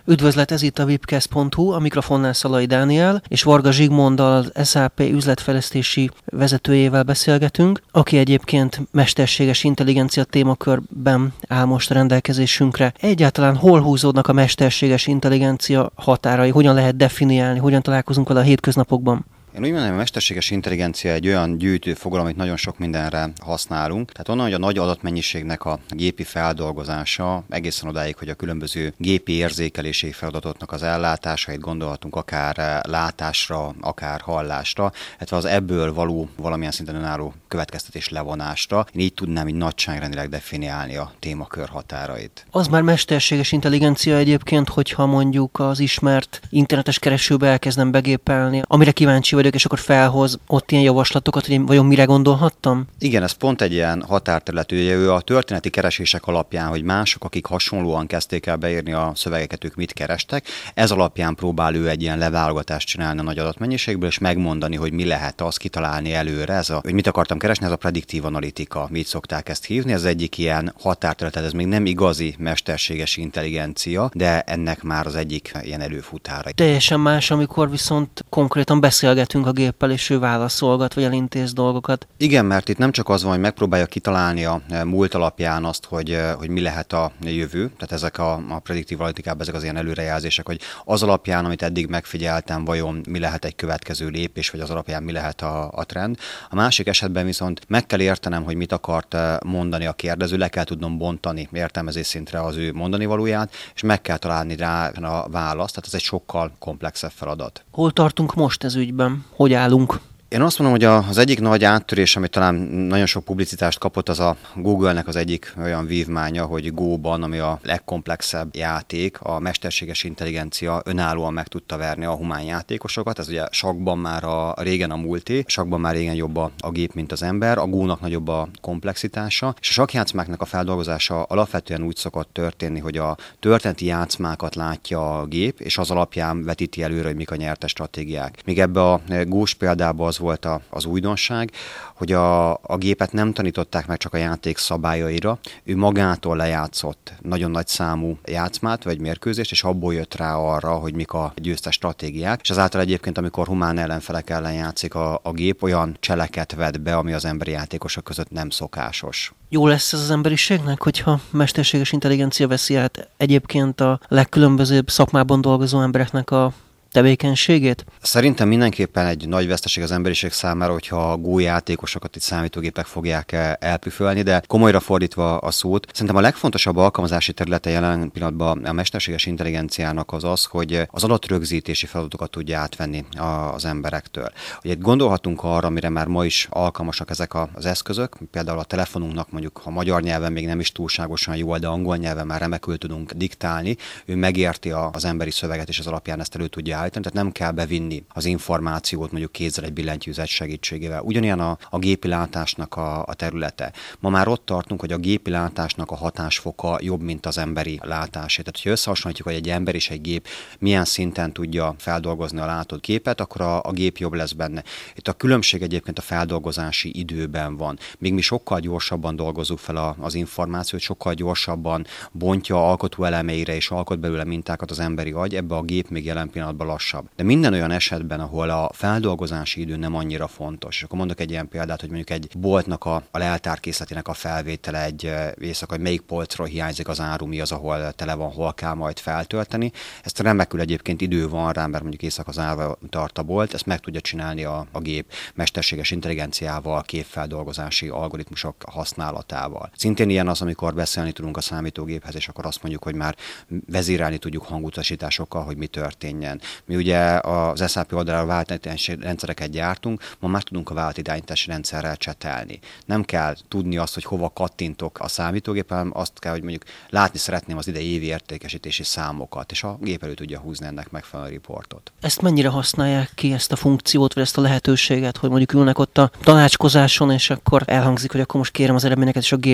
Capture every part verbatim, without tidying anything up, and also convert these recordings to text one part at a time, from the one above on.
Üdvözlet, ez itt a webcast pont hu, a mikrofonnál Szalai Dániel, és Varga Zsigmonddal, az es á pé üzletfejlesztési vezetőjével beszélgetünk, aki egyébként mesterséges intelligencia témakörben áll most rendelkezésünkre. Egyáltalán hol húzódnak a mesterséges intelligencia határai, hogyan lehet definiálni, hogyan találkozunk vele a hétköznapokban? Én úgy mondom, a mesterséges intelligencia egy olyan gyűjtő fogalom, amit nagyon sok mindenre használunk. Tehát onnan, hogy a nagy adatmennyiségnek a gépi feldolgozása egészen odáig, hogy a különböző gépi érzékelési feladatoknak az ellátásait gondolhatunk akár látásra, akár hallásra, illetve az ebből való valamilyen szinten önálló következtetés levonásra. Én így tudnám így nagyságrendileg definiálni a témakör határait. Az már mesterséges intelligencia egyébként, hogyha mondjuk az ismert internetes keresőbe elkezdem begépelni, amire kíváncsi vagyok, és akkor felhoz ott ilyen javaslatokat, hogy én vajon mire gondolhattam? Igen, ez pont egy ilyen határterületű, ő a történeti keresések alapján, hogy mások, akik hasonlóan kezdték el beírni a szövegeket, ők mit kerestek, ez alapján próbál ő egy ilyen leválogatást csinálni a nagy adatmennyiségből, és megmondani, hogy mi lehet az, kitalálni előre, ez a, hogy mit akartam keresni, ez a prediktív analitika, mit szokták ezt hívni, ez egyik ilyen határterület, ez még nem igazi mesterséges intelligencia, de ennek már az egyik ilyen előfutára. Teljesen más, amikor viszont konkrétan beszélgetünk a géppel, és ő válaszolgat, vagy elintéz dolgokat. Igen, mert itt nem csak az van, hogy megpróbálja kitalálni a múlt alapján azt, hogy, hogy mi lehet a jövő, tehát ezek a, a prediktív analitikában ezek az ilyen előrejelzések, hogy az alapján, amit eddig megfigyeltem, vajon mi lehet egy következő lépés, vagy az alapján mi lehet a, a trend. A másik esetben viszont meg kell értenem, hogy mit akart mondani a kérdező, le kell tudnom bontani értelmezés szintre az ő mondani valóját, és meg kell találni rá a választ, tehát ez egy sokkal komplexebb feladat. Hol tartunk most ez ügyben? Hogy állunk? Én azt mondom, hogy az egyik nagy áttörés, amit talán nagyon sok publicitást kapott, az a Google-nek az egyik olyan vívmánya, hogy Go-ban, ami a legkomplexebb játék, a mesterséges intelligencia önállóan meg tudta verni a humán játékosokat. Ez ugye sakkban már a régen a multi, sakkban már régen jobb a, a gép, mint az ember, a Go-nak nagyobb a komplexitása, és a sakkjátszmáknak a feldolgozása alapvetően úgy szokott történni, hogy a történeti játszmákat látja a gép, és az alapján vetíti előre, hogy mik a nyertes stratégiák. Míg ebbe a Go-s példában az volt a, az újdonság, hogy a, a gépet nem tanították meg csak a játék szabályaira, ő magától lejátszott nagyon nagy számú játszmát vagy mérkőzést, és abból jött rá arra, hogy mik a győztes stratégiák, és ezáltal egyébként, amikor humán ellenfelek ellen játszik a, a gép, olyan cseleket vet be, ami az emberi játékosok között nem szokásos. Jó lesz ez az emberiségnek, hogyha mesterséges intelligencia veszi át egyébként a legkülönbözőbb szakmában dolgozó embereknek a tevékenységét? Szerintem mindenképpen egy nagy veszteség az emberiség számára, hogyha a Go játékosokat itt számítógépek fogják elpüfölni, de komolyra fordítva a szót, szerintem a legfontosabb alkalmazási területe jelen pillanatban a mesterséges intelligenciának az az, hogy az adatrögzítési feladatokat tudja átvenni az emberektől. Ugye gondolhatunk arra, amire már ma is alkalmasak ezek az eszközök, például a telefonunknak mondjuk, ha magyar nyelven még nem is túlságosan jól, de angol nyelven már remekül tudunk diktálni, ő megérti az emberi szöveget, és az alapján ezt elő tudja állítani, tehát nem kell bevinni az információt mondjuk kézzel egy billentyűzet segítségével. Ugyanilyen a, a gépi látásnak a, a területe. Ma már ott tartunk, hogy a gépi látásnak a hatásfoka jobb, mint az emberi látásé. Tehát, hogyha összehasonlítjuk, hogy egy ember és egy gép milyen szinten tudja feldolgozni a látott képet, akkor a, a gép jobb lesz benne. Itt a különbség egyébként a feldolgozási időben van. Míg mi sokkal gyorsabban dolgozzuk fel a, az információt, sokkal gyorsabban bontja alkotó elemeire és alkot belőle mintákat az emberi agy, ebbe a gép még jelen pillanatban lassabb. De minden olyan esetben, ahol a feldolgozási idő nem annyira fontos. És akkor mondok egy ilyen példát, hogy mondjuk egy boltnak a, a leltárkészletének a felvétele egy éjszaka, hogy melyik polcról hiányzik az áru, mi az, ahol tele van, hol kell majd feltölteni. Ezt remekül egyébként idő van rá, mert mondjuk éjszaka zárva tart a bolt, ezt meg tudja csinálni a, a gép mesterséges intelligenciával, képfeldolgozási algoritmusok használatával. Szintén ilyen az, amikor beszélni tudunk a számítógéphez, és akkor azt mondjuk, hogy már vezérelni tudjuk hangutasításokkal, hogy mi történjen. Mi ugye az es á pé oldalára vállalatirányítási rendszereket gyártunk, ma már tudunk a vállalatirányítási rendszerrel csetelni. Nem kell tudni azt, hogy hova kattintok a számítógépen, hanem azt kell, hogy mondjuk látni szeretném az idei évi értékesítési számokat, és a gép elő tudja húzni ennek megfelelő riportot. Ezt mennyire használják ki, ezt a funkciót, vagy ezt a lehetőséget, hogy mondjuk ülnek ott a tanácskozáson, és akkor elhangzik, hogy akkor most kérem az eredményeket, és a gép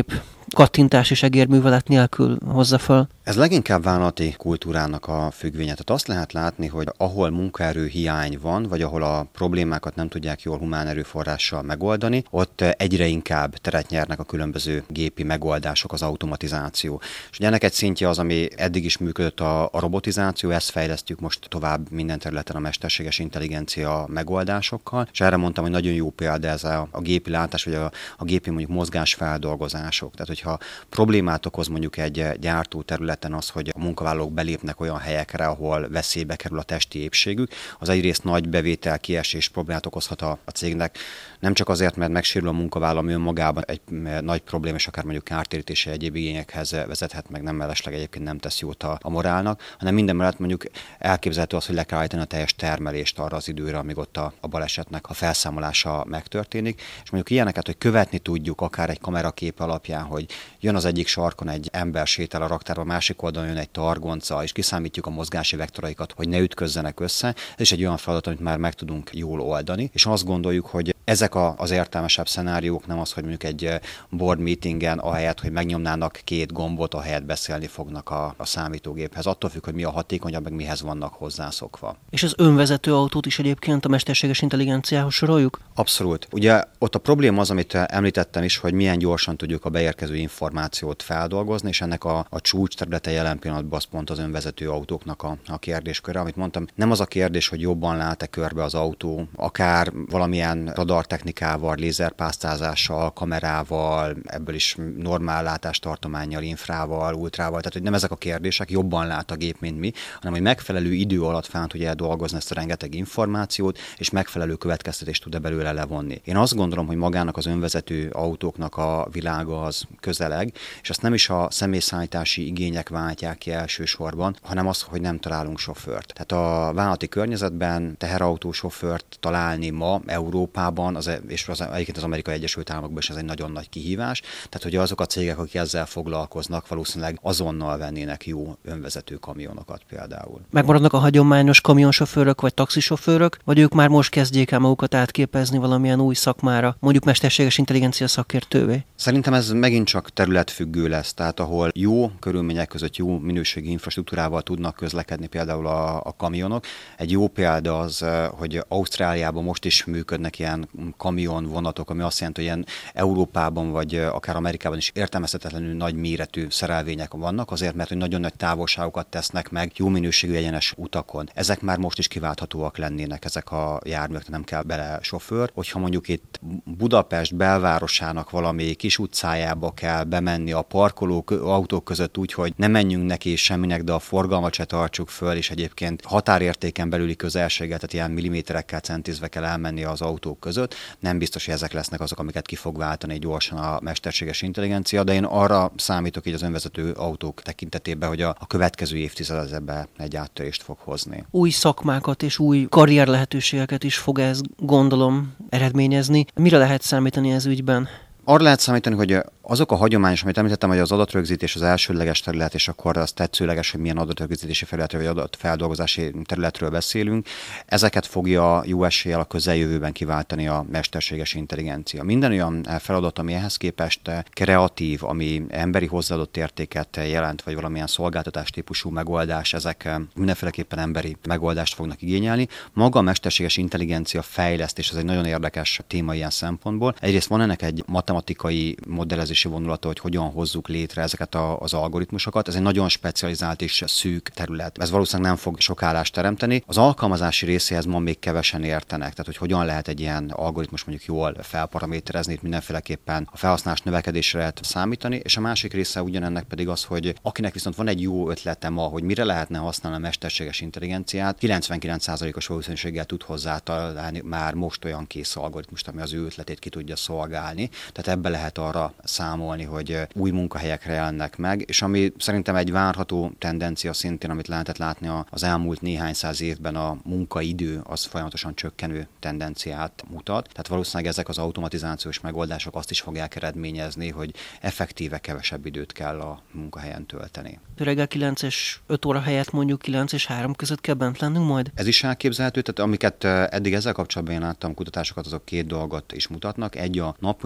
kattintás és egérművelet nélkül hozza föl? Ez leginkább vállalati kultúrának a függvénye. Tehát azt lehet látni, hogy ahol munkaerő hiány van, vagy ahol a problémákat nem tudják jól humán erőforrással megoldani, ott egyre inkább teret nyernek a különböző gépi megoldások, az automatizáció. És ugye ennek egy szintje az, ami eddig is működött a, a robotizáció, ezt fejlesztjük most tovább minden területen a mesterséges intelligencia megoldásokkal. És erre mondtam, hogy nagyon jó példa ez a, a gépi látás, vagy a, a gépi mondjuk mozgásfeldolgozások. Tehát, hogyha problémát okoz mondjuk egy gyártó területen az, hogy a munkavállalók belépnek olyan helyekre, ahol veszélybe kerül a testi épségük, az egyrészt nagy bevétel kiesés problémát okozhat a, a cégnek, nem csak azért, mert megsérül a munkavállaló, ami önmagában egy nagy probléma, és akár mondjuk kártérítési egyéb igényekhez vezethet, meg nem mellesleg egyébként nem tesz jót a, a morálnak, hanem minden mellett mondjuk elképzelhető az, hogy le kell állítani a teljes termelést arra az időre, amíg ott a, a balesetnek a felszámolása megtörténik. És mondjuk ilyeneket, hogy követni tudjuk akár egy kamerakép alapján, hogy jön az egyik sarkon egy ember sétál a raktárba, a másik oldalon jön egy targonca, és kiszámítjuk a mozgási vektoraikat, hogy ne ütközzenek össze. Ez is egy olyan feladat, amit már meg tudunk jól oldani, és azt gondoljuk, hogy ezek a, az értelmesebb szenáriók, nem az, hogy mondjuk egy board meetingen ahelyett, hogy megnyomnának két gombot, ahelyett beszélni fognak a, a számítógéphez. Attól függ, hogy mi a hatékonyabb, meg mihez vannak hozzászokva. És az önvezető autót is egyébként a mesterséges intelligenciához soroljuk? Abszolút. Ugye ott a probléma az, amit említettem is, hogy milyen gyorsan tudjuk a beérkező információt feldolgozni, és ennek a, a csúcs területe jelen pillanatban az pont az önvezető autóknak a, a kérdésköre. Amit mondtam, nem az a kérdés, hogy jobban lát-e körbe az autó, akár valamilyen radartechnikával, lézerpásztázással, kamerával, ebből is normál látástartománnyal, infrával, ultrával, tehát hogy nem ezek a kérdések, jobban lát a gép, mint mi, hanem hogy megfelelő idő alatt fel tudja dolgozni ezt a rengeteg információt, és megfelelő következtetést tud-e belőle levonni. Én azt gondolom, hogy magának az önvezető autóknak a világa az közeleg, és azt nem is a személyszállítási igények váltják ki elsősorban, hanem az, hogy nem találunk sofőrt. Tehát a vállalati környezetben teherautó sofőrt találni ma Európában, az, és az, egyébként az Amerikai Egyesült Államokban is ez egy nagyon nagy kihívás. Tehát, hogy azok a cégek, akik ezzel foglalkoznak, valószínűleg azonnal vennének jó önvezető kamionokat például. Megmaradnak a hagyományos kamionsofőrök vagy taxisofőrök, vagy ők már most kezdjék el magukat átképezni valamilyen új szakmára, mondjuk mesterséges intelligencia szakértővé? Szerintem ez megint csak területfüggő lesz, tehát ahol jó körülmények között jó minőségi infrastruktúrával tudnak közlekedni például a, a kamionok. Egy jó példa az, hogy Ausztráliában most is működnek ilyen kamionvonatok, ami azt jelenti, hogy ilyen Európában vagy akár Amerikában is értelmezhetetlenül nagy méretű szerelvények vannak, azért, mert hogy nagyon nagy távolságokat tesznek meg jó minőségű egyenes utakon. Ezek már most is kiválthatóak lennének, ezek a járművek, nem kell bele sofőr. Hogyha mondjuk itt Budapest belvárosának valami kis utcájába kell bemenni a parkolók, autók között úgy, hogy ne menjünk neki semminek, de a forgalmat se tartsuk föl, és egyébként határértéken belüli közelséget, tehát ilyen milliméterekkel centizve kell elmenni az autók között. Nem biztos, hogy ezek lesznek azok, amiket ki fog váltani gyorsan a mesterséges intelligencia, de én arra számítok így az önvezető autók tekintetében, hogy a, a következő évtized az ebbe egy áttörést fog hozni. Új szakmákat és új karrier lehetőségeket is fog ez, gondolom, eredményezni. Mire lehet számítani ez ügyben? Arra lehet számítani, hogy azok a hagyományos, amit említettem, hogy az adatrögzítés az elsődleges terület, és akkor az tetszőleges, hogy milyen adatrögzítési felületről vagy adatfeldolgozási területről beszélünk, ezeket fogja jó eséllyel a közeljövőben kiváltani a mesterséges intelligencia. Minden olyan feladat, ami ehhez képest kreatív, ami emberi hozzáadott értéket jelent, vagy valamilyen szolgáltatás típusú megoldás, ezek mindenféleképpen emberi megoldást fognak igényelni. Maga a mesterséges intelligencia fejlesztés, ez egy nagyon érdekes téma ilyen szempontból. Egyrészt van ennek egy matematikai modellezés vonulata, hogy hogyan hozzuk létre ezeket a, az algoritmusokat. Ez egy nagyon specializált és szűk terület. Ez valószínűleg nem fog sok állást teremteni. Az alkalmazási részéhez ma még kevesen értenek, tehát hogy hogyan lehet egy ilyen algoritmus mondjuk jól felparaméterezni, itt mindenféleképpen a felhasználás növekedésre lehet számítani, és a másik része ugyanennek pedig az, hogy akinek viszont van egy jó ötlete ma, hogy mire lehetne használni a mesterséges intelligenciát, kilencvenkilenc százalékos valószínűséggel tud hozzátalálni már most olyan kész algoritmust, ami az ő ötletét ki tudja szolgálni. Tehát ebbe lehet arra számolni, hogy új munkahelyekre jelennek meg, és ami szerintem egy várható tendencia szintén, amit lehetett látni az elmúlt néhány száz évben, a munkaidő az folyamatosan csökkenő tendenciát mutat. Tehát valószínűleg ezek az automatizációs megoldások azt is fogják eredményezni, hogy effektíve kevesebb időt kell a munkahelyen tölteni. Reggel kilenc és öt óra helyett mondjuk kilenc és három között kell bent lennünk majd? Ez is elképzelhető, tehát amiket eddig ezzel kapcsolatban én láttam, kutatásokat, azok két dolgot is mutatnak. Egy a nap olyan belüli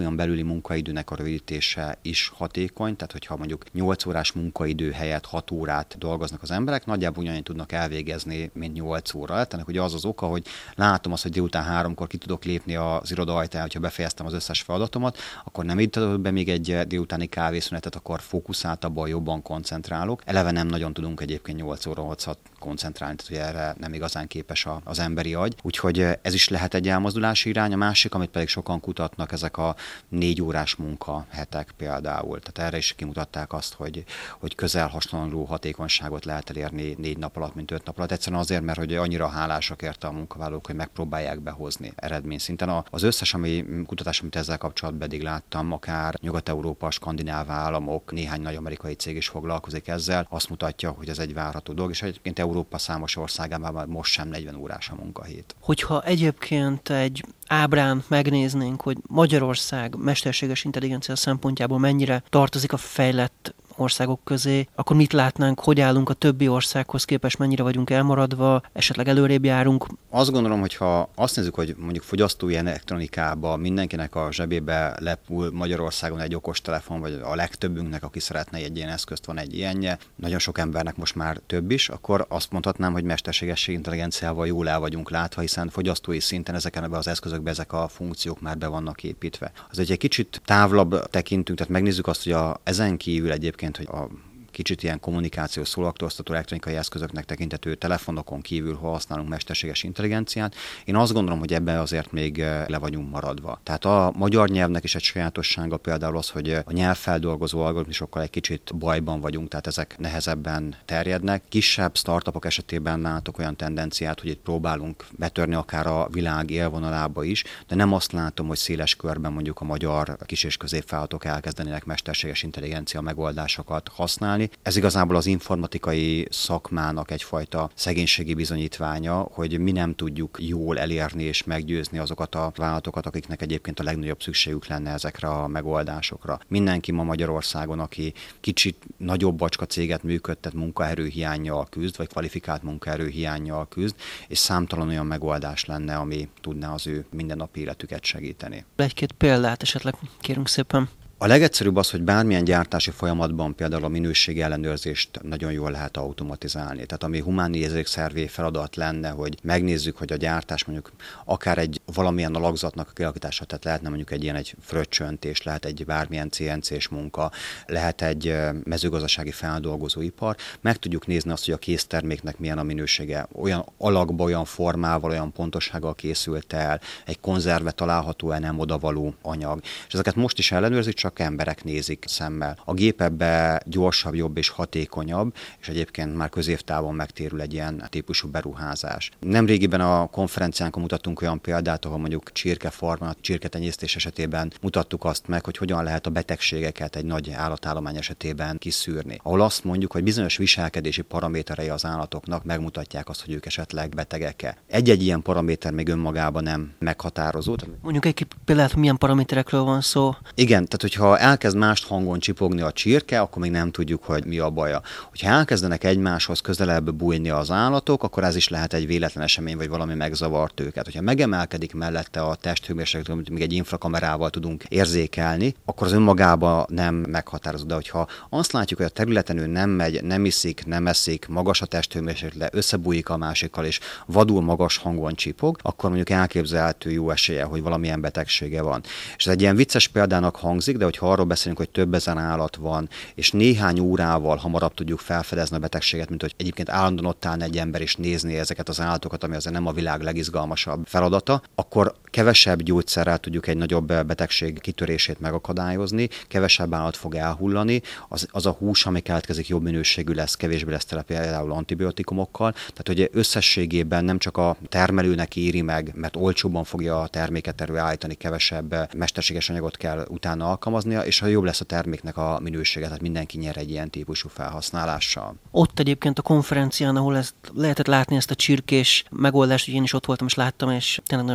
munkaidőnek a rövidítése is hatékony, tehát hogyha mondjuk nyolc órás munkaidő helyett hat órát dolgoznak az emberek, nagyjából ugyanannyit tudnak elvégezni, mint nyolc óra. Ennek ugye az az oka, hogy látom azt, hogy délután háromkor ki tudok lépni az iroda ajtaján, hogyha befejeztem az összes feladatomat, akkor nem idő be még egy délutáni kávészünetet, akkor fókuszáltabban jobban koncentrálok. Eleve nem nagyon tudunk egyébként nyolc óra hosszat koncentrálni, tehát ugye erre nem igazán képes a, az emberi agy. Úgyhogy ez is lehet egy elmozdulási irány. A másik, amit pedig sokan kutatnak, ezek a négy órás munkahetek például. Tehát erre is kimutatták azt, hogy, hogy közel hasonló hatékonyságot lehet elérni négy nap alatt, mint öt nap alatt. Egyszerűen azért, mert hogy annyira hálásak érte a munkavállalók, hogy megpróbálják behozni eredményszinten. Az összes ami kutatás, amit ezzel kapcsolatban eddig láttam, akár Nyugat-Európa, skandináv államok, néhány nagy amerikai cég is foglalkozik ezzel, azt mutatja, hogy ez egy várható dolog, és egyébként Európa számos országában már most sem negyven órás a munkahét. Hogyha egyébként egy ábrán megnéznénk, hogy Magyarország mesterséges intelligencia szempontjából mennyire tartozik a fejlett országok közé, akkor mit látnánk, hogy állunk a többi országhoz képest, mennyire vagyunk elmaradva, esetleg előrébb járunk? Azt gondolom, hogy ha azt nézzük, hogy mondjuk fogyasztói elektronikában mindenkinek a zsebébe lepul Magyarországon egy okostelefon, vagy a legtöbbünknek, aki szeretne egy ilyen eszközt, van egy ilyenje, nagyon sok embernek most már több is, akkor azt mondhatnám, hogy mesterséges intelligenciával jól el vagyunk látva, hiszen fogyasztói szinten ezeken az eszközökben ezek a funkciók már be vannak építve. Az egy kicsit távlabb tekintünk, tehát megnézzük azt, hogy a, ezen kívül egyébként, hogy a kicsit ilyen kommunikációs szórakoztató elektronikai eszközöknek tekintető telefonokon kívül, ha használunk mesterséges intelligenciát. Én azt gondolom, hogy ebben azért még le vagyunk maradva. Tehát a magyar nyelvnek is egy sajátossága például az, hogy a nyelvfeldolgozó algoritmusokkal egy kicsit bajban vagyunk, tehát ezek nehezebben terjednek. Kisebb startupok esetében látok olyan tendenciát, hogy itt próbálunk betörni akár a világ élvonalába is, de nem azt látom, hogy széles körben mondjuk a magyar kis- és középvállalatok elkezdenének mesterséges intelligencia megoldásokat használni. Ez igazából az informatikai szakmának egyfajta szegénységi bizonyítványa, hogy mi nem tudjuk jól elérni és meggyőzni azokat a vállalatokat, akiknek egyébként a legnagyobb szükségük lenne ezekre a megoldásokra. Mindenki ma Magyarországon, aki kicsit nagyobb bacska céget működtet, munkaerőhiánnyal küzd, vagy kvalifikált munkaerőhiánnyal küzd, és számtalan olyan megoldás lenne, ami tudná az ő mindennapi életüket segíteni. Egy-két példát esetleg kérünk szépen. A legegyszerűbb az, hogy bármilyen gyártási folyamatban például a minőségi ellenőrzést nagyon jól lehet automatizálni. Tehát ami humán érzékszervi feladat lenne, hogy megnézzük, hogy a gyártás mondjuk akár egy valamilyen alakzatnak a kialakítása, tehát lehetne mondjuk egy ilyen egy fröccsöntés, lehet egy bármilyen cé en cés munka, lehet egy mezőgazdasági feldolgozóipar. Meg tudjuk nézni azt, hogy a készterméknek milyen a minősége. Olyan alakba, olyan formával, olyan pontossággal készült el, egy konzerve található-e nem odavaló anyag. És ezeket most is ellenőrzik, csak emberek nézik szemmel. A gép ebbe gyorsabb, jobb és hatékonyabb, és egyébként már középtávon megtérül egy ilyen típusú beruházás. Nemrégiben a konferenciánkon mutattunk olyan példát, ahol mondjuk csirkefarma, csirketenyésztés esetében mutattuk azt meg, hogy hogyan lehet a betegségeket egy nagy állatállomány esetében kiszűrni. Ahol azt mondjuk, hogy bizonyos viselkedési paraméterei az állatoknak megmutatják azt, hogy ők esetleg betegek-e. Egy-egy ilyen paraméter még önmagában nem meghatározó. Mondjuk egy példát, milyen paraméterekről van szó? Igen, tehát hogyha elkezd más hangon csipogni a csirke, akkor még nem tudjuk, hogy mi a baja. Hogyha elkezdenek egymáshoz közelebb bújni az állatok, akkor ez is lehet egy véletlen esemény, vagy valami megzavart őket. Hogyha megemelkedik mellette a testhőmérséklet, amit még egy infrakamerával tudunk érzékelni, akkor az önmagában nem meghatározó. De hogyha azt látjuk, hogy a területen ő nem megy, nem iszik, nem eszik, magas a testhőmérséklet, összebújik a másikkal, és vadul magas hangon csipog, akkor mondjuk elképzelhető jó esélye, hogy valamilyen betegsége van. És ez egy ilyen vicces példának hangzik, de hogyha arról beszélünk, hogy több ezer állat van, és néhány órával hamarabb tudjuk felfedezni a betegséget, mint hogy egyébként állandóan ott állna egy ember és nézni ezeket az állatokat, ami azért nem a világ legizgalmasabb feladata, akkor kevesebb gyógyszerrel tudjuk egy nagyobb betegség kitörését megakadályozni, kevesebb állat fog elhullani, az, az a hús, ami keletkezik, jobb minőségű lesz, kevésbé lesz tele például antibiotikumokkal, tehát hogy összességében nem csak a termelőnek éri meg, mert olcsóbban fogja a terméket előállítani, kevesebb mesterséges anyagot kell utána alkalmaznia, és ha jobb lesz a terméknek a minősége, tehát mindenki nyer egy ilyen típusú felhasználással. Ott egyébként a konferencián, ahol ezt lehetett látni, ezt a csirkés megoldást, hogy én is ott voltam és láttam, és tényleg nagyon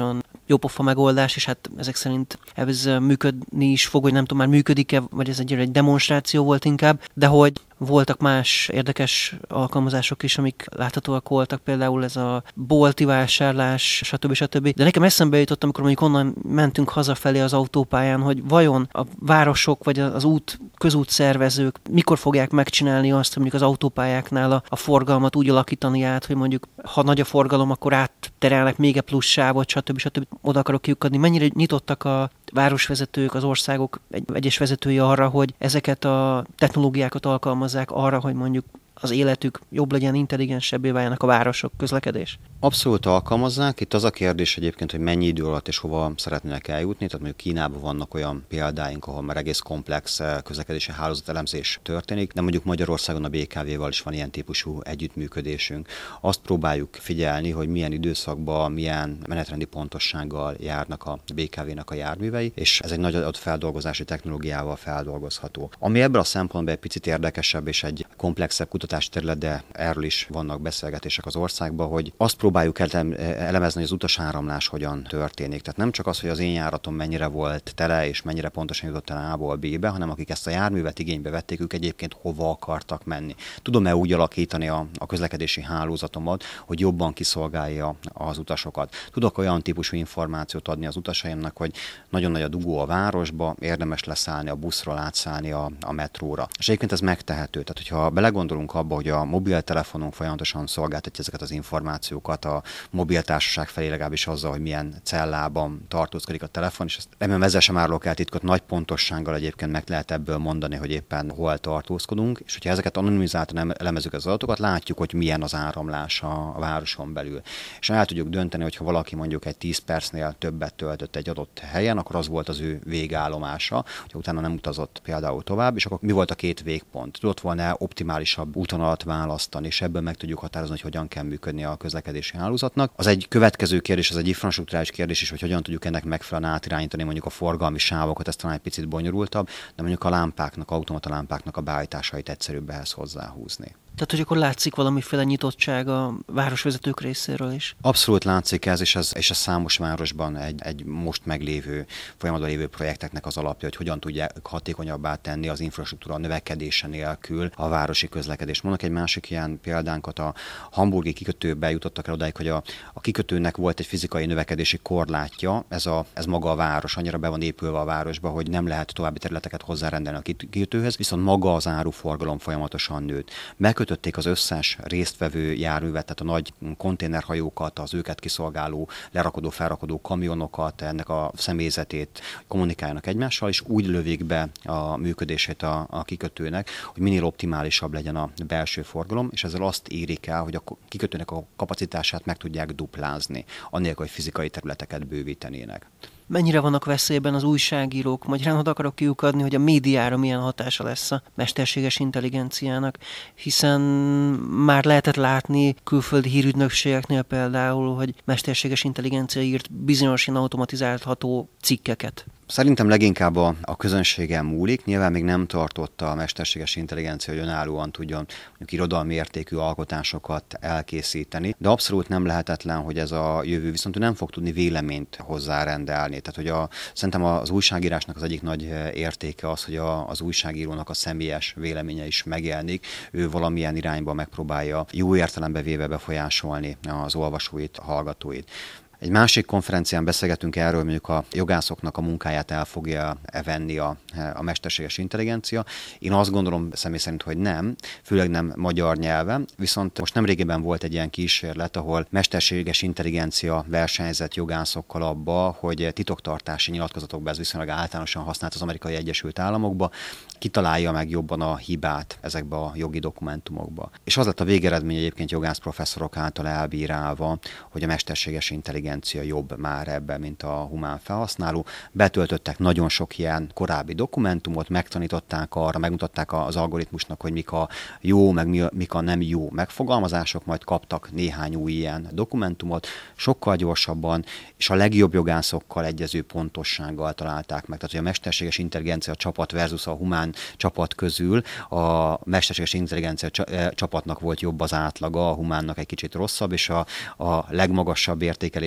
jópofa megoldás, és hát ezek szerint ez működni is fog, hogy nem tudom, már működik-e, vagy ez egy, egy demonstráció volt inkább, de hogy voltak más érdekes alkalmazások is, amik láthatóak voltak, például ez a bolti vásárlás, stb. stb. De nekem eszembe jutott, amikor mondjuk onnan mentünk hazafelé az autópályán, hogy vajon a városok vagy az út, közút szervezők mikor fogják megcsinálni azt, hogy mondjuk az autópályáknál a, a forgalmat úgy alakítani át, hogy mondjuk ha nagy a forgalom, akkor átterelnek még egy plusz sávot, stb. stb. Oda akarok kiukadni. Mennyire nyitottak a városvezetők, az országok egy, egyes vezetői arra, hogy ezeket a technológiákat alkalmazzák arra, hogy mondjuk az életük jobb legyen, intelligensebbé váljanak a városok, közlekedés? Abszolút alkalmazzák. Itt az a kérdés egyébként, hogy mennyi idő alatt és hova szeretnének eljutni. Tehát mondjuk Kínában vannak olyan példáink, ahol már egész komplex közlekedési hálózatelemzés történik, de mondjuk Magyarországon a bé ká vé-val is van ilyen típusú együttműködésünk. Azt próbáljuk figyelni, hogy milyen időszakban, milyen menetrendi pontossággal járnak a bé ká vé-nek a járművei, és ez egy nagy adatfeldolgozási technológiával feldolgozható. Ami ebből a szempontból egy picit érdekesebb és egy komplexebb kutatási terület, de erről is vannak beszélgetések az országban, hogy azt próbáljuk elemezni, hogy az utasáramlás hogyan történik. Tehát nem csak az, hogy az én járatom mennyire volt tele, és mennyire pontosan jutott el A-ból B-be, hanem akik ezt a járművet igénybe vették, ők egyébként hova akartak menni. Tudom-e úgy alakítani a, a közlekedési hálózatomat, hogy jobban kiszolgálja az utasokat. Tudok olyan típusú információt adni az utasaimnak, hogy nagyon nagy a dugó a városba, érdemes leszállni a buszról, átszállni a, a metróra. És egyébként ez megtehető. Tehát, hogyha belegondolunk abba, hogy a mobiltelefonunk folyamatosan szolgáltatja ezeket az információkat a mobiltársaság felé, legalábbis azzal, hogy milyen cellában tartózkodik a telefon, és ezt remélem ezzel sem árulok el titkot, nagy pontossággal egyébként meg lehet ebből mondani, hogy éppen hol tartózkodunk, és hogyha ezeket anonimizáltan elemezzük az adatokat, látjuk, hogy milyen az áramlás a, a városon belül. És el tudjuk dönteni, hogy ha valaki mondjuk egy tíz percnél többet töltött egy adott helyen, akkor az volt az ő végállomása, hogyha utána nem utazott például tovább, és akkor mi volt a két végpont? Tudott volna optimálisabb útvonalat választani, és ebből meg tudjuk határozni, hogy hogyan kell működni a közlekedési hálózatnak. Az egy következő kérdés, az egy infrastrukturális kérdés is, hogy hogyan tudjuk ennek megfelelően átirányítani mondjuk a forgalmi sávokat, ez talán egy picit bonyolultabb, de mondjuk a lámpáknak, automata lámpáknak a beállításait egyszerűbb ehhez hozzáhúzni. Tehát, hogy akkor látszik valamiféle nyitottság a városvezetők részéről is? Abszolút látszik ez, és ez, és ez számos városban egy, egy most meglévő, folyamatban lévő projekteknek az alapja, hogy hogyan tudják hatékonyabbá tenni az infrastruktúra növekedése nélkül a városi közlekedést. Mondok egy másik ilyen példánkat, a hamburgi kikötőbe jutottak el odáig, hogy a, a kikötőnek volt egy fizikai növekedési korlátja, ez, a, ez maga a város, annyira be van épülve a városba, hogy nem lehet további területeket hozzárendelni a kikötőhöz, viszont maga az áruforgalom folyamatosan nőtt. Megkötötték az összes résztvevő járművet, tehát a nagy konténerhajókat, az őket kiszolgáló, lerakodó, felrakodó kamionokat, ennek a személyzetét kommunikáljanak egymással, és úgy lövik be a működését a, a kikötőnek, hogy minél optimálisabb legyen a belső forgalom, és ezzel azt érik el, hogy a kikötőnek a kapacitását meg tudják duplázni, anélkül, hogy fizikai területeket bővítenének. Mennyire vannak veszélyben az újságírók? Magyarán oda akarok kiukadni, hogy a médiára milyen hatása lesz a mesterséges intelligenciának, hiszen már lehetett látni külföldi hírügynökségeknél például, hogy mesterséges intelligencia írt bizonyos ilyen automatizálható cikkeket. Szerintem leginkább a, a közönségen múlik. Nyilván még nem tartotta a mesterséges intelligencia, hogy önállóan tudjon mondjuk irodalmi értékű alkotásokat elkészíteni, de abszolút nem lehetetlen, hogy ez a jövő, viszont ő nem fog tudni véleményt hozzárendelni. Tehát, hogy a, szerintem az újságírásnak az egyik nagy értéke az, hogy a, az újságírónak a személyes véleménye is megjelenik. Ő valamilyen irányba megpróbálja jó értelembe véve befolyásolni az olvasóit, a hallgatóit. Egy másik konferencián beszélgetünk erről, mondjuk a jogászoknak a munkáját el fogja venni a, a mesterséges intelligencia. Én azt gondolom személy szerint, hogy nem, főleg nem magyar nyelven, viszont most nemrégiben volt egy ilyen kísérlet, ahol mesterséges intelligencia versenyzett jogászokkal abba, hogy titoktartási nyilatkozatokban, ez viszonylag általánosan használt az Amerikai Egyesült Államokba, kitalálja meg jobban a hibát ezekbe a jogi dokumentumokba. És az lett a végeredmény egyébként jogász professzorok által elbírálva, hogy a mesterséges intelligencia jobb már ebben, mint a humán felhasználó. Betöltöttek nagyon sok ilyen korábbi dokumentumot, megtanították arra, megmutatták az algoritmusnak, hogy mik a jó, meg mik a nem jó megfogalmazások, majd kaptak néhány új ilyen dokumentumot, sokkal gyorsabban, és a legjobb jogászokkal egyező pontossággal találták meg. Tehát, hogy a mesterséges intelligencia csapat versus a humán csapat közül a mesterséges intelligencia csapatnak volt jobb az átlaga, a humánnak egy kicsit rosszabb, és a, a legmagasabb értékelés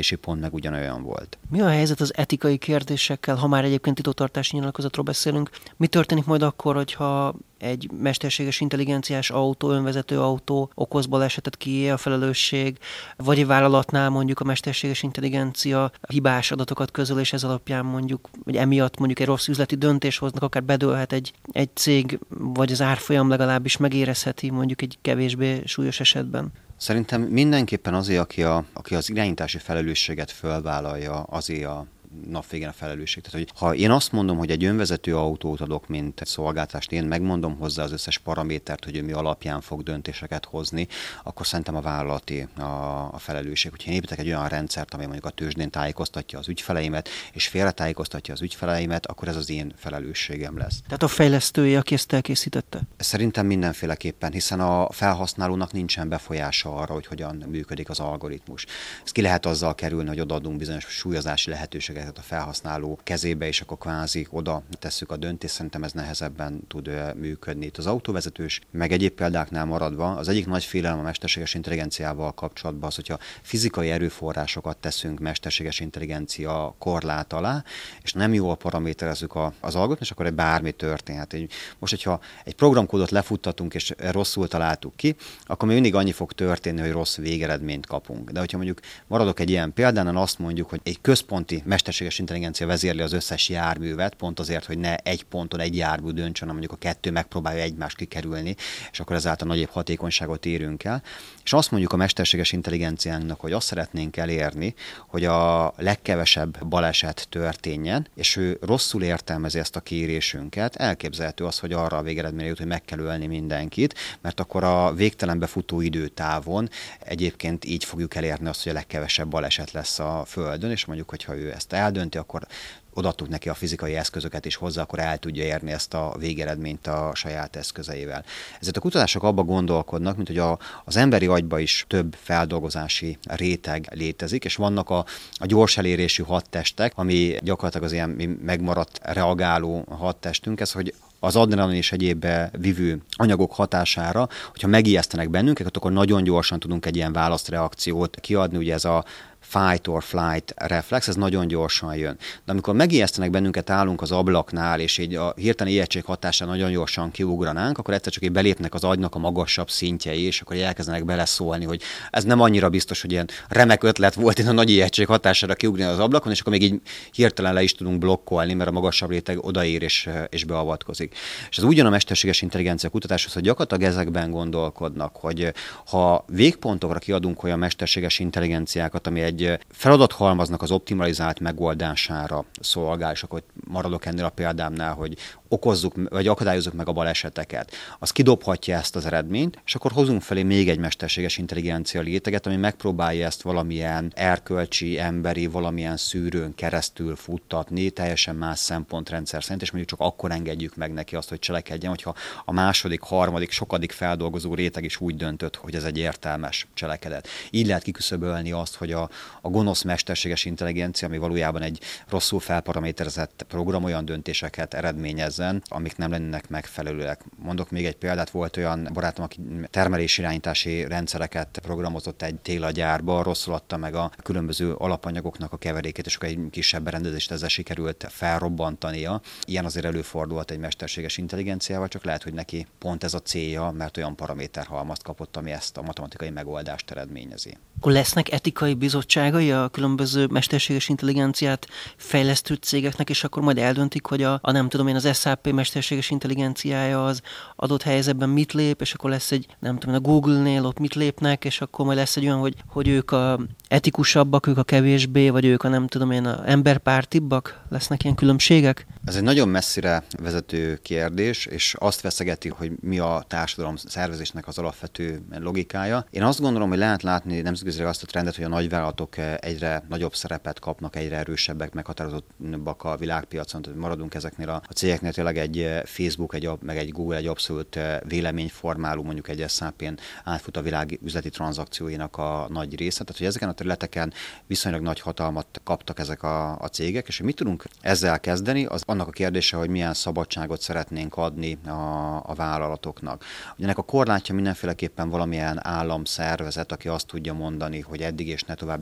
felélési pont meg ugyanolyan volt. Mi a helyzet az etikai kérdésekkel, ha már egyébként titoktartási nyilatkozatról beszélünk? Mi történik majd akkor, hogyha egy mesterséges intelligenciás autó, önvezető autó okoz balesetet, kié a felelősség, vagy egy vállalatnál mondjuk a mesterséges intelligencia hibás adatokat közöl, és ez alapján mondjuk, vagy emiatt mondjuk egy rossz üzleti döntés hoznak, akár bedőlhet egy, egy cég, vagy az árfolyam legalábbis megérezheti mondjuk egy kevésbé súlyos esetben. Szerintem mindenképpen azért, aki, a, aki az irányítási felelősséget fölvállalja, azért a nap végén a felelősség. Tehát, hogy ha én azt mondom, hogy egy önvezető autót adok, mint egy szolgáltást, én megmondom hozzá az összes paramétert, hogy ő mi alapján fog döntéseket hozni, akkor szerintem a vállalati a, a felelősség. Hogyha én építek egy olyan rendszert, amely mondjuk a tőzsdén tájékoztatja az ügyfeleimet, és félretájékoztatja az ügyfeleimet, akkor ez az én felelősségem lesz. Tehát a fejlesztője, aki ezt elkészítette? Szerintem mindenféleképpen, hiszen a felhasználónak nincsen befolyása arra, hogy hogyan működik az algoritmus. Ezt ki lehet azzal kerülni, hogy odaadunk bizonyos súlyozási lehetőséget a felhasználó kezébe, és akkor kvázi oda tesszük a döntést, szerintem ez nehezebben tud működni. Itt az autóvezetős, meg egyéb példáknál maradva, az egyik nagy félelem a mesterséges intelligenciával kapcsolatban az, hogyha fizikai erőforrásokat teszünk mesterséges intelligencia korlát alá, és nem jól paraméterezzük a, az algoritmus, akkor egy bármi történhet. Most, hogyha egy programkódot lefuttatunk, és rosszul találtuk ki, akkor még mindig annyi fog történni, hogy rossz végeredményt kapunk. De hogyha mondjuk maradok egy ilyen példánál, azt mondjuk, hogy egy központi mesterséges intelligencia vezérli az összes járművet, pont azért, hogy ne egy ponton egy jármű döntsön, hanem mondjuk a kettő megpróbálja egymást kikerülni, és akkor ezáltal nagyobb hatékonyságot érünk el. És azt mondjuk a mesterséges intelligenciánknak, hogy azt szeretnénk elérni, hogy a legkevesebb baleset történjen, és ő rosszul értelmezi ezt a kérésünket, elképzelhető az, hogy arra a végeredményre jut, hogy meg kell ölni mindenkit, mert akkor a végtelenbe futó időtávon egyébként így fogjuk elérni azt, hogy a legkevesebb baleset lesz a Földön, és mondjuk, hogyha ő ezt eldönti, akkor odaadtuk neki a fizikai eszközöket is hozzá, akkor el tudja érni ezt a végeredményt a saját eszközeivel. Ezért a kutatások abba gondolkodnak, mint hogy a, az emberi agyba is több feldolgozási réteg létezik, és vannak a, a gyors elérésű hadtestek, ami gyakorlatilag az ilyen megmaradt reagáló hadtestünk, ez, hogy az adrenalin és egyéb vívő anyagok hatására, hogyha megijesztenek bennünket, akkor nagyon gyorsan tudunk egy ilyen válaszreakciót kiadni, ugye ez a fight or flight reflex, ez nagyon gyorsan jön. De amikor megijesztenek bennünket, állunk az ablaknál, és így a hirtelen ijegység hatására nagyon gyorsan kiugranánk, akkor egyszer csak így belépnek az agynak a magasabb szintjei, és akkor elkezdenek beleszólni, hogy ez nem annyira biztos, hogy ilyen remek ötlet volt, én a nagy ijegység hatására kiugrani az ablakon, és akkor még így hirtelen le is tudunk blokkolni, mert a magasabb réteg odaér és, és beavatkozik. És ez ugyan a mesterséges intelligencia kutatáshoz, hogy gyakorlatilag ezekben gondolkodnak, hogy ha végpontokra kiadunk olyan mesterséges intelligenciákat, ami egy feladathalmaznak az optimalizált megoldására szolgál, és akkor maradok ennél a példámnál, hogy okozzuk, vagy akadályozzuk meg a baleseteket. Az kidobhatja ezt az eredményt, és akkor hozunk felé még egy mesterséges intelligencia réteget, ami megpróbálja ezt valamilyen erkölcsi, emberi, valamilyen szűrőn keresztül futtatni, teljesen más szempontrendszer szerint, és mondjuk csak akkor engedjük meg neki azt, hogy cselekedjen, hogyha a második, harmadik, sokadik feldolgozó réteg is úgy döntött, hogy ez egy értelmes cselekedet. Így lehet kiküszöbölni azt, hogy a, a gonosz mesterséges intelligencia, ami valójában egy rosszul felparaméterezett program, olyan döntéseket eredményez, amik nem lennének megfelelőek. Mondok még egy példát, volt olyan barátom, aki termelésirányítási rendszereket programozott egy télagyárba, rosszul adta meg a különböző alapanyagoknak a keverékét, és akkor egy kisebb berendezést ezzel sikerült felrobbantania. Ilyen azért előfordult egy mesterséges intelligenciával, csak lehet, hogy neki pont ez a célja, mert olyan paraméterhalmazt kapott, ami ezt a matematikai megoldást eredményezi. Akkor lesznek etikai bizottságai a különböző mesterséges intelligenciát fejlesztő cégeknek, és akkor majd eldöntik, hogy a, a nem tudom én, az es á pé mesterséges intelligenciája az adott helyzetben mit lép, és akkor lesz egy, nem tudom, a Google-nél ott mit lépnek, és akkor majd lesz egy olyan, hogy, hogy ők a etikusabbak, ők a kevésbé, vagy ők a nem tudom én, a emberpártibbak, lesznek ilyen különbségek? Ez egy nagyon messzire vezető kérdés, és azt veszegeti, hogy mi a társadalom szervezésnek az alapvető logikája. Én azt gondolom, hogy lehet látni nemzetközileg azt a trendet, hogy a nagyvállalatok egyre nagyobb szerepet kapnak, egyre erősebbek, meghatározottabbak a világpiacon, tehát maradunk ezeknél a cégeknél, tényleg egy Facebook, egy, meg egy Google egy abszolút véleményformáló, mondjuk egy es á pén átfut a világ üzleti tranzakcióinak a nagy része. Tehát, hogy ezeken a területeken viszonylag nagy hatalmat kaptak ezek a, a cégek, és hogy mit tudunk ezzel kezdeni, az annak a kérdése, hogy milyen szabadságot szeretnénk adni a, a vállalatoknak. Ugye ennek a korlátja mindenféleképpen valamilyen államszervezet, aki azt tudja mondani, hogy eddig és ne tovább, és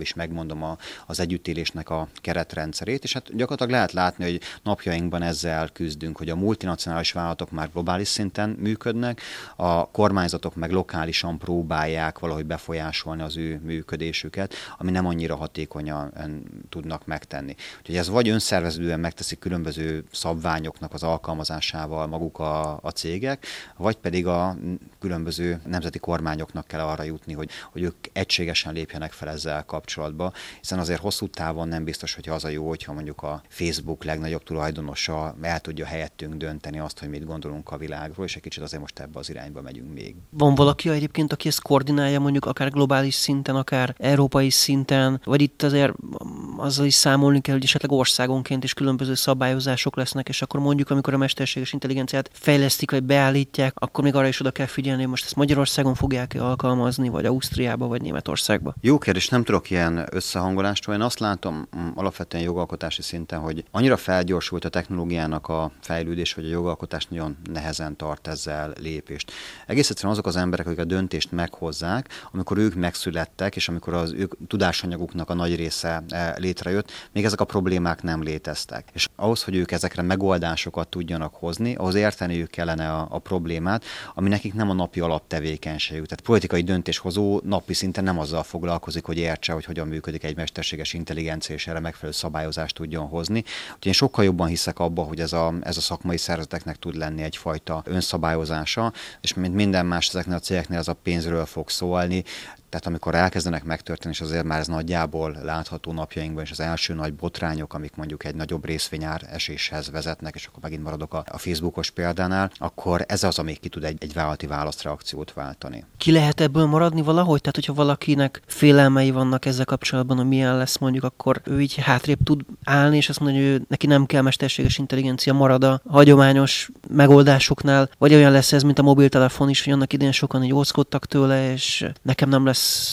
is megmondom a, az együttélésnek a keretrendszerét, és hát gyakorlatilag lehet látni, hogy napjainkban ezzel küzdünk, hogy a multinacionális vállalatok már globális szinten működnek, a kormányzatok meg lokálisan próbálják valahogy befolyásolni az ő működésüket, ami nem annyira hatékonyan tudnak megtenni. Úgyhogy ez vagy önszerveződően megteszik különböző szabványoknak az alkalmazásával maguk a, a cégek, vagy pedig a különböző nemzeti kormányoknak kell arra jutni, hogy, hogy ők egységesen lépjenek fel ezzel kapcsolatba, hiszen azért hosszú távon nem biztos, hogy az a jó, hogyha mondjuk a Facebook legnagyobb tulajdonosa el tudja helyettünk dönteni azt, hogy mit gondolunk a világról, és egy kicsit azért most ebbe az irányba megyünk még. Van valaki egyébként, aki ezt koordinálja mondjuk akár globális szinten, akár európai szinten, vagy itt azért azzal is számolni kell, hogy esetleg országonként is különböző szabályozások lesznek, és akkor mondjuk, amikor a mesterséges intelligenciát fejlesztik, vagy beállítják, akkor még arra is oda kell figyelni, hogy most ezt Magyarországon fogják alkalmazni, vagy Ausztriába, vagy Németországba. Jó kérdés, nem tudok ilyen összehangolást, én azt látom alapvetően jogalkotási szinten, hogy annyira felgyorsult a technológiának a fejlődés, hogy a jogalkotás nagyon nehezen tart ezzel lépést. Egész egyszerűen azok az emberek, akik a döntést meghozzák, amikor ők megszülettek, és amikor az ők tudásanyaguknak a nagy része létrejött, még ezek a problémák nem léteztek. És ahhoz, hogy ők ezekre megoldásokat tudjanak hozni, ahhoz érteniük kellene a, a problémát, ami nekik nem a napi alaptevékenységük. Tehát politikai döntéshozó napi szinten nem azzal foglalkozik, hogy értse, hogy hogyan működik egy mesterséges intelligencia, és erre megfelelő szabályozást tudjon hozni. Úgyhogy én sokkal jobban hiszek abba, hogy ez a, ez a szakmai szervezeteknek tud lenni egyfajta önszabályozása, és mint minden más ezeknél a cégeknél az a pénzről fog szólni. Tehát amikor elkezdenek megtörténni, és azért már ez nagyjából látható napjainkban, és az első nagy botrányok, amik mondjuk egy nagyobb részvényár eséshez vezetnek, és akkor megint maradok a, a Facebookos példánál, akkor ez az, ami ki tud egy, egy vállalati válaszreakciót váltani. Ki lehet ebből maradni valahogy? Tehát, hogyha valakinek félelmei vannak ezzel kapcsolatban, hogy milyen lesz mondjuk, akkor ő így hátrébb tud állni, és azt mondja, hogy ő, neki nem kell mesterséges intelligencia, marad a hagyományos megoldásoknál, vagy olyan lesz ez, mint a mobiltelefon is, hogy annak idején sokan így óckodtak tőle, és nekem nem lesz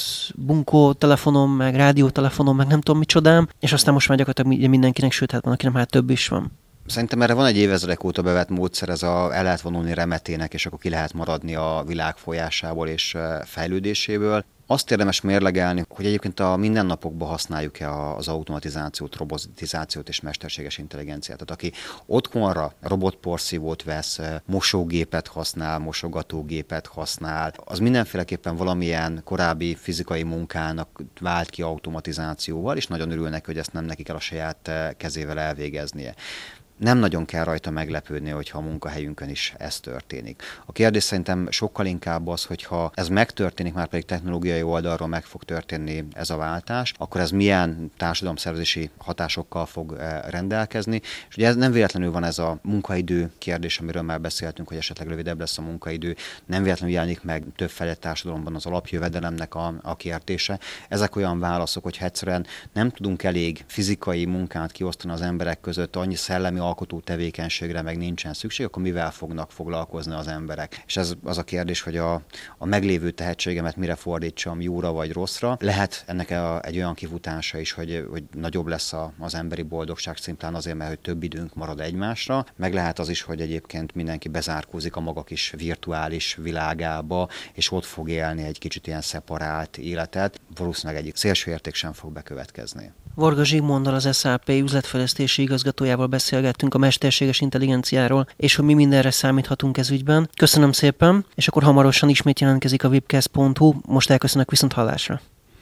bunkó telefonom, meg rádiótelefonom, meg nem tudom micsodám, és aztán most már gyakorlatilag mindenkinek, sőt, hát van, akinek már több is van. Szerintem erre van egy évezredek óta bevett módszer, ez a, el lehet vonulni remetének, és akkor ki lehet maradni a világ folyásából és fejlődéséből. Azt érdemes mérlegelni, hogy egyébként a mindennapokban használjuk-e az automatizációt, robotizációt és mesterséges intelligenciát. Tehát aki otthonra robotporszívót vesz, mosógépet használ, mosogatógépet használ, az mindenféleképpen valamilyen korábbi fizikai munkának vált ki automatizációval, és nagyon örül neki, hogy ezt nem neki kell a saját kezével elvégeznie. Nem nagyon kell rajta meglepődni, hogyha a munkahelyünkön is ez történik. A kérdés szerintem sokkal inkább az, hogyha ez megtörténik, már pedig technológiai oldalról meg fog történni ez a váltás, akkor ez milyen társadalomszervezési hatásokkal fog rendelkezni. És ugye ez nem véletlenül van ez a munkaidő kérdés, amiről már beszéltünk, hogy esetleg rövidebb lesz a munkaidő, nem véletlenül jelenik meg több fejlett társadalomban az alapjövedelemnek a, a kérdése. Ezek olyan válaszok, hogy egyszerűen nem tudunk elég fizikai munkát kiosztani az emberek között, annyi szellemi alkotó tevékenységre meg nincsen szükség, akkor mivel fognak foglalkozni az emberek? És ez az a kérdés, hogy a, a meglévő tehetségemet mire fordítsam, jóra vagy rosszra. Lehet ennek a, egy olyan kifutása is, hogy, hogy nagyobb lesz a, az emberi boldogság szimplán azért, mert hogy több időnk marad egymásra. Meg lehet az is, hogy egyébként mindenki bezárkózik a maga kis virtuális világába, és ott fog élni egy kicsit ilyen szeparált életet. Valószínűleg egyik szélső érték sem fog bekövetkezni. Varga Zsigmonddal, az es á pé üzletfejlesztési igazgatójával beszélgettünk a mesterséges intelligenciáról, és hogy mi mindenre számíthatunk ez ügyben. Köszönöm szépen, és akkor hamarosan ismét jelentkezik a webcast pont hu. Most elköszönök, viszont hallásra.